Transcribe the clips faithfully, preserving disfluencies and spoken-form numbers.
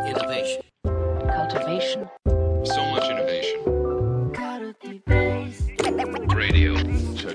Innovation. Cultivation. So much innovation. Radio. Check.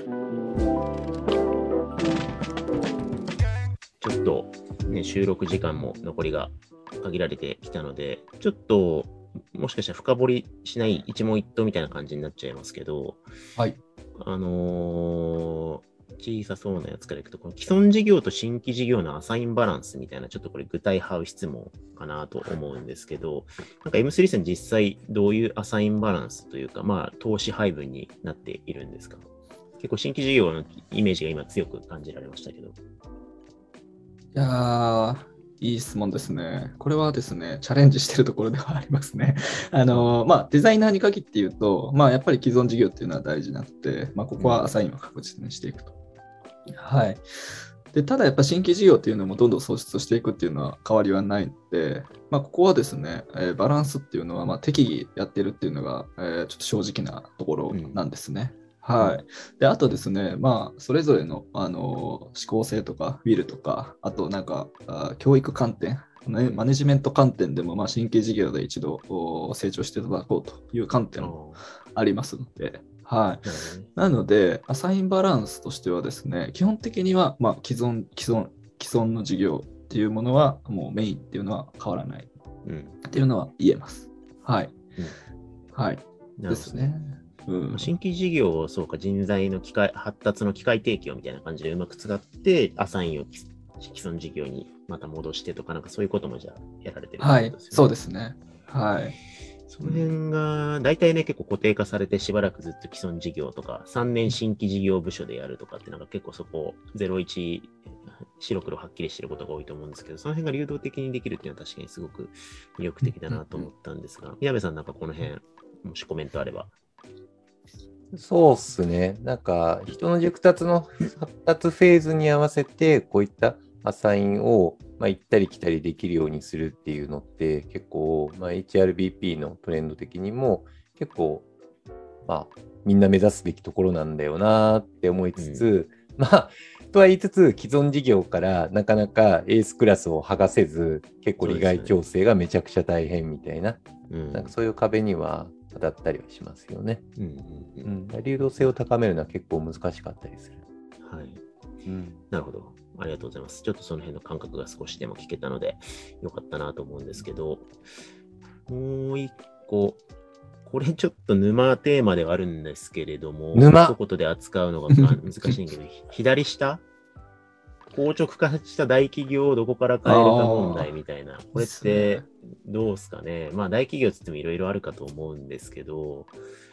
ちょっと、ね、収録時間も残りが限られてきたので、ちょっともしかしたら深掘りしない一問一答みたいな感じになっちゃいますけど、 はい。 あのー、小さそうなやつからいくと、この既存事業と新規事業のアサインバランスみたいな、ちょっとこれ具体派質問かなと思うんですけど、なんか エムスリー さん実際どういうアサインバランスというか、まあ投資配分になっているんですか？結構新規事業のイメージが今強く感じられましたけど。 いやー、いい質問ですね。これはですね、チャレンジしてるところではありますね。あのー、まあ、デザイナーに限って言うと、まあ、やっぱり既存事業っていうのは大事なので、まあ、ここはアサインを確実にしていくと。はい。で、ただやっぱ新規事業っていうのもどんどん創出していくっていうのは変わりはないので、まあ、ここはですね、えーバランスっていうのは、まあ、適宜やってるっていうのが、えーちょっと正直なところなんですね。はい。で、あとですね、まあ、それぞれの、あのー思考性とか、ウィルとか、あとなんか、あ教育観点、ね、マネジメント観点でも、まあ、新規事業で一度お成長していただこうという観点もありますので、はい。なので、アサインバランスとしてはですね、基本的には、まあ、既存、既存、既存の事業っていうものは、もうメインっていうのは変わらないっていうのは言えます。はい。うん、はい。ですね。 うん、新規事業をそうか人材の機械発達の機械提供みたいな感じでうまく使ってアサインを既存事業にまた戻してとかなんかそういうこともじゃあやられてるってことですよね。 はい、そうですね。はい。 その辺が大体ね結構固定化されてしばらくずっと既存事業とかさんねん新規事業部署でやるとかってなんか結構そこゼロイチ白黒はっきりしてることが多いと思うんですけど、その辺が流動的にできるっていうのは確かにすごく魅力的だなと思ったんですが、宮部さんなんかこの辺もしコメントあれば。 そうっすね。なんか人の熟達の発達フェーズに合わせてこういったアサインを、まあ、行ったり来たりできるようにするっていうのって結構、まあ、エイチアールビーピー のトレンド的にも結構、まあ、みんな目指すべきところなんだよなって思いつつ、うん、まあとは言いつつ既存事業からなかなかエースクラスを剥がせず結構利害調整がめちゃくちゃ大変みたいな、うん、なんかそういう壁には当たったりはしますよね。うんうんうん、流動性を高めるのは結構難しかったりする。 はい。うん、なるほど。ありがとうございます。ちょっとその辺の感覚が少しでも聞けたのでよかったなと思うんですけど、もう一個、これちょっと沼テーマではあるんですけれども、 沼一言で扱うのが難しいんだけど、左下硬直化した大企業をどこから変えるか問題みたいな、これってどうですかね。まあ大企業って言ってもいろいろあるかと思うんですけど、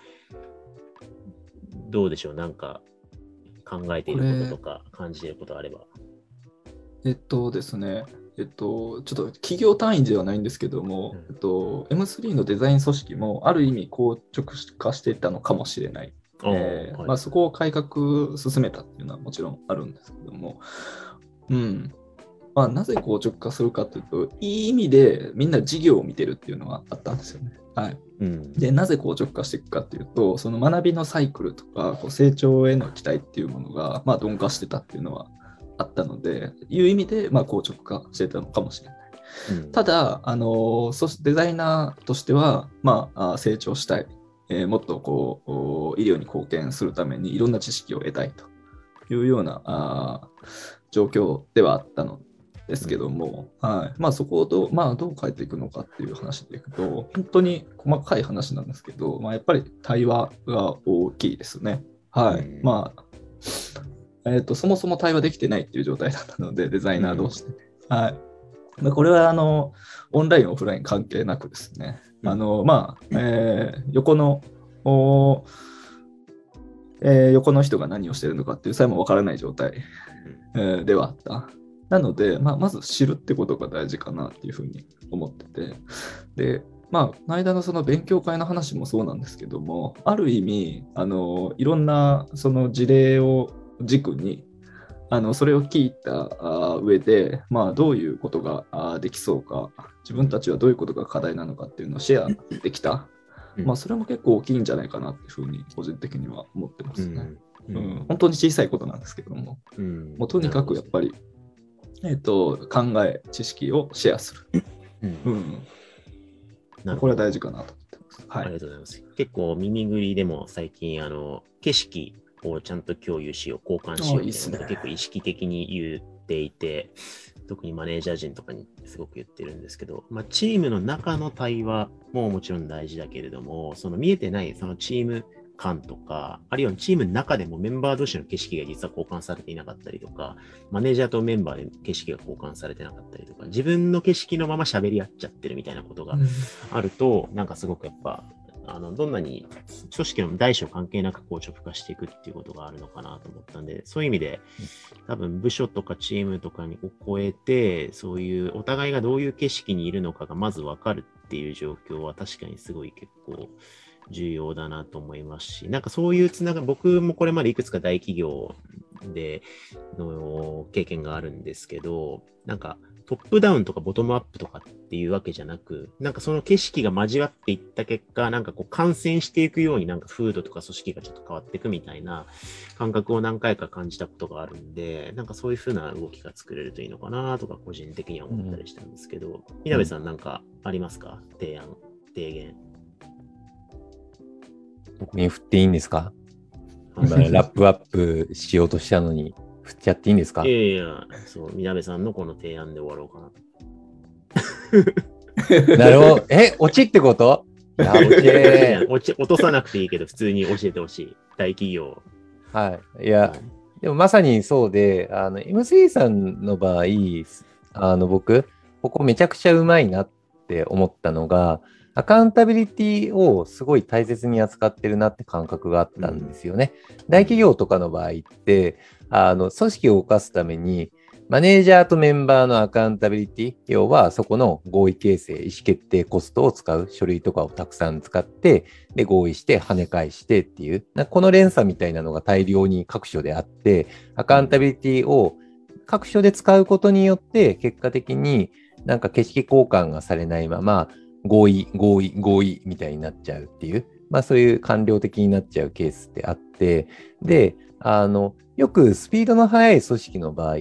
どうでしょう、なんか考えていることとか感じていることあれば。 えっとですね、えっと、ちょっと企業単位ではないんですけども、うんえっと、エムスリー のデザイン組織もある意味硬直化していたのかもしれない。えーはいまあ、そこを改革進めたっていうのはもちろんあるんですけども、うんまあ、なぜ硬直化するかというと、いい意味でみんな事業を見てるっていうのはあったんですよね。はいうん、でなぜ硬直化していくかというと、その学びのサイクルとかこう成長への期待っていうものが、まあ、鈍化してたっていうのはあったので、いう意味で、まあ、硬直化してたのかもしれない。うん、ただ、あのそしてデザイナーとしては、まあ、成長したい、えー、もっとこう医療に貢献するためにいろんな知識を得たいというようなあ状況ではあったのですけども、うんはいまあ、そこをどう、まあ、どう変えていくのかっていう話でいくと、本当に細かい話なんですけど、まあ、やっぱり対話が大きいですね。はい。うん、まあえーと、そもそも対話できてないっていう状態だったので、デザイナー同士で、うんはいまあ、これはあのオンライン、オフライン関係なくですね、うんあのまあえー、横のお、えー、横の人が何をしているのかっていうさえもわからない状態、えー、ではあった。なので、まあ、まず知るってことが大事かなっていうふうに思ってて、で、まあ、この間のその勉強会の話もそうなんですけども、ある意味、あのいろんなその事例を軸にあのそれを聞いた上で、まあ、どういうことができそうか、自分たちはどういうことが課題なのかっていうのをシェアできた、うんまあ、それも結構大きいんじゃないかなっていうふうに個人的には思ってますね。うんうん、本当に小さいことなんですけども、うん、もうとにかくやっぱり、えーと、考え、知識をシェアする。うんうんなるほどこれは大事かなと思ってます。はい。 ありがとうございます。結構耳ぐりでも最近、あの、景色をちゃんと共有しよう、交換しようみたいなことを結構意識的に言っていて、特にマネージャー陣とかにすごく言ってるんですけど、まあ、チームの中の対話ももちろん大事だけれども、その見えてないそのチーム間とか、あるいはチームの中でもメンバー同士の景色が実は交換されていなかったりとか、マネージャーとメンバーで景色が交換されてなかったりとか、自分の景色のまま喋り合っちゃってるみたいなことがあると、なんかすごくやっぱ、あの、どんなに組織の大小関係なく硬直化していくっていうことがあるのかなと思ったんで、そういう意味で、多分部署とかチームとかにを超えて、そういうお互いがどういう景色にいるのかがまずわかるっていう状況は確かにすごい結構重要だなと思いますし、なんかそういうつながり、僕もこれまでいくつか大企業での経験があるんですけど、なんかトップダウンとかボトムアップとかっていうわけじゃなく、なんかその景色が交わっていった結果、なんかこう感染していくようになんか風土とか組織がちょっと変わっていくみたいな感覚を何回か感じたことがあるんで、なんかそういう風な動きが作れるといいのかなとか個人的には思ったりしたんですけど、みなべさんなんかありますか？提案、提言。 僕に振っていいんですか？今ラップアップしようとしたのに振っちゃっていいんですか？ いやいや、そう、みなべさんのこの提案で終わろうかな。 なるほど。え、落ちってこと？や落ちべえ。 落ち落とさなくていいけど、普通に教えてほしい。大企業。 はい。いや、でもまさにそうで、あの、エムスリー さんの場合、あの、僕、ここめちゃくちゃうまいなって思ったのが、アカウンタビリティをすごい大切に扱ってるなって感覚があったんですよね。うん、大企業とかの場合って、あの、組織を動かすために、マネージャーとメンバーのアカウンタビリティ、要はそこの合意形成、意思決定コストを使う書類とかをたくさん使って、で、合意して跳ね返してっていう、この連鎖みたいなのが大量に各所であって、アカウンタビリティを各所で使うことによって、結果的になんか景色交換がされないまま、合意、合意、合意みたいになっちゃうっていう、まあそういう官僚的になっちゃうケースってあって、で、あの、よくスピードの速い組織の場合って、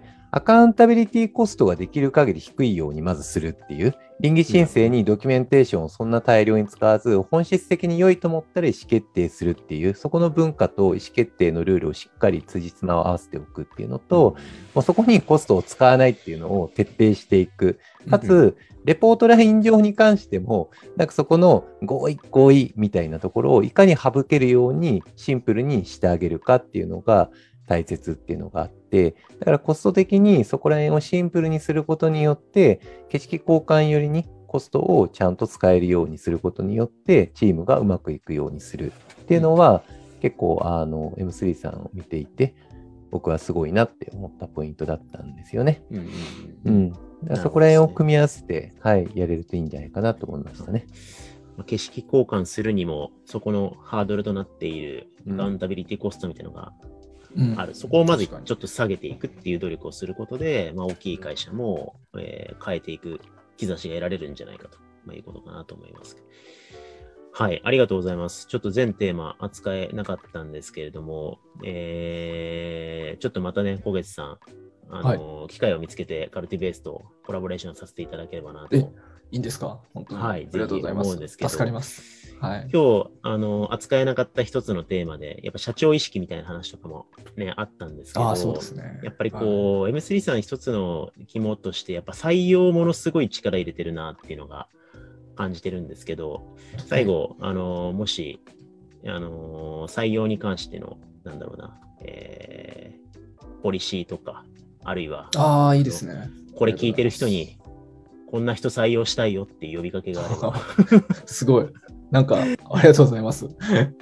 アカウンタビリティコストができる限り低いようにまずするっていう、倫理申請にドキュメンテーションをそんな大量に使わず、本質的に良いと思ったら意思決定するっていう、そこの文化と意思決定のルールをしっかり辻褄を合わせておくっていうのと、もうそこにコストを使わないっていうのを徹底していく。かつ、レポートライン上に関しても、なんかそこの合意合意みたいなところをいかに省けるようにシンプルにしてあげるかっていうのが大切っていうのがあって、だからコスト的にそこら辺をシンプルにすることによって、景色交換よりにコストをちゃんと使えるようにすることによって、チームがうまくいくようにするっていうのは、結構あの エムスリー さんを見ていて、僕はすごいなって思ったポイントだったんですよね。うん、うん。だからそこら辺を組み合わせて、はい、やれるといいんじゃないかなと思いましたね。 景色交換するにも、そこのハードルとなっているアカウンタビリティコストみたいなのがある。うん、そこをまずちょっと下げていくっていう努力をすることで、まあ、大きい会社も、えー、変えていく兆しが得られるんじゃないかと、まあ、いうことかなと思います。はい、ありがとうございます。ちょっと全テーマ扱えなかったんですけれども、えー、ちょっとまたね、小月さん、あの、はい、機会を見つけてカルティベースとコラボレーションさせていただければなと。 え、いいんですか？本当に。はい、ありがとうございます。思うんですけど、助かります。はい、 今日あの扱えなかった一つのテーマで、やっぱ社長意識みたいな話とかもね、あったんですけど、 あ、そうですね、 やっぱりこう、はい、エムスリー さん一つの肝として、やっぱ採用ものすごい力入れてるなっていうのが感じてるんですけど、最後、はい、あのもし、あの採用に関しての、なんだろうな、えー、ポリシーとか、あるいは、 ああ、いいですね。 これ聞いてる人に、こんな人採用したいよっていう呼びかけがあれば。 すごい。なんか、ありがとうございます。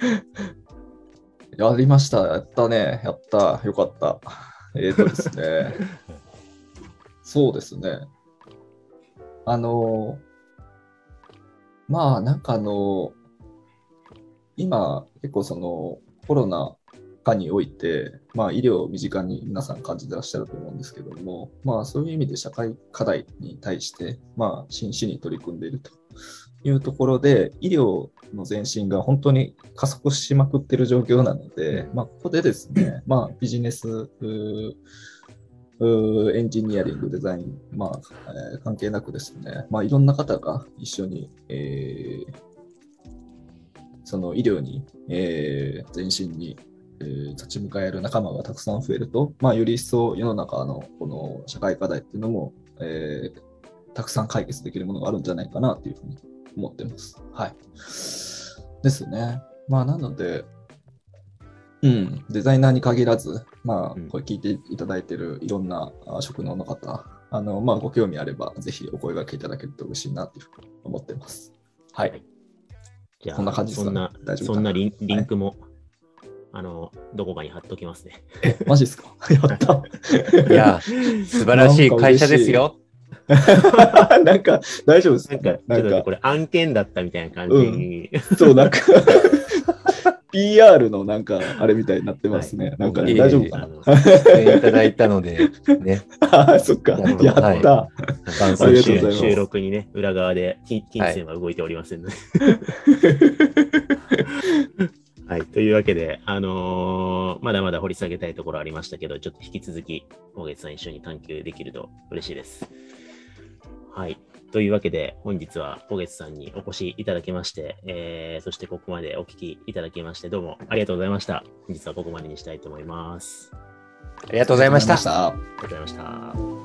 やりました。やったね。やった。よかった。えっとですね。そうですね。あの、まあ、なんかあの、今、結構その、コロナ禍において、まあ、医療を身近に皆さん感じてらっしゃると思うんですけども、まあ、そういう意味で社会課題に対して、まあ、真摯に取り組んでいるというところで、医療の前進が本当に加速しまくっている状況なので、まあ、ここでですね、まあ、ビジネスうエンジニアリング、デザイン、まあ、えー関係なくですね、まあ、いろんな方が一緒に、えーその医療に、えー前進に、えー立ち向かえる仲間がたくさん増えると、まあ、より一層世の中のこの社会課題っていうのも、えーたくさん解決できるものがあるんじゃないかなというふうに思ってます。はい。ですね。まあ、なので、うん、デザイナーに限らず、まうんあ、これ聞いていただいているいろんなあ職能の方、あの、まあ、ご興味あれば、ぜひお声掛けいただけると嬉しいなというふうに思っています。はい。 じゃあ、 こんな感じですかねそんな、 大丈夫かなそんなリンリンクも、あの、どこかに貼っときますね。 え、マジですか？やった。 いや、素晴らしい会社ですよ。 なんか、大丈夫ですか？ なんか、ちょっとね、 なんかこれ案件だったみたいな感じに、 そう、なんか、ピーアール のなんか、あれみたいになってますね。なんか、 いえいえ大丈夫かな？ あの出演いただいたので、ね。 あ、そっか。 なるほどやった。 はいあ伴り奏がとうござい収ます収録にね、裏側で金金銭は動いておりませんので。はい。というわけで、あのーまだまだ掘り下げたいところありましたけど、ちょっと引き続き、大月さん一緒に探求できると嬉しいです。はい。というわけで、本日は大月さんにお越しいただきまして、えー、そしてここまでお聞きいただきまして、どうもありがとうございました。本日はここまでにしたいと思います。 ありがとうございました。 ありがとうございました。 ありがとうございました。